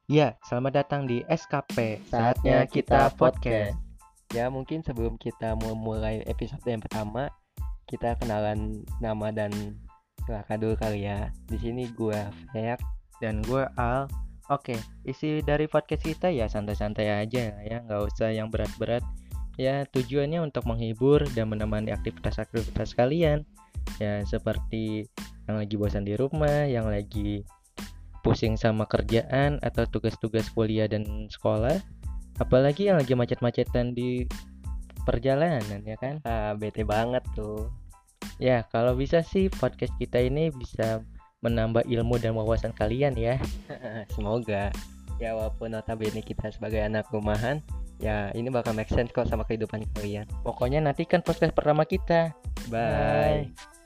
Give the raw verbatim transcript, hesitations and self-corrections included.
Ya, selamat datang di S K P. Saatnya kita podcast. Ya, mungkin sebelum kita memulai episode yang pertama, kita kenalan nama dan silakan dulu kali ya. Di sini gue Fer. Dan gue Al. Oke, isi dari podcast kita ya santai-santai aja ya, nggak usah yang berat-berat. Ya, tujuannya untuk menghibur dan menemani aktivitas-aktivitas kalian. Ya, seperti yang lagi bosan di rumah, yang lagi pusing sama kerjaan atau tugas-tugas kuliah dan sekolah. Apalagi yang lagi macet-macetan di perjalanan ya kan. Ah, bete banget tuh. Ya, kalau bisa sih podcast kita ini bisa menambah ilmu dan wawasan kalian ya. Semoga. Ya, walaupun notabene kita sebagai anak rumahan, ya ini bakal make sense kok sama kehidupan kalian. Pokoknya nanti kan podcast pertama kita. Bye. Bye.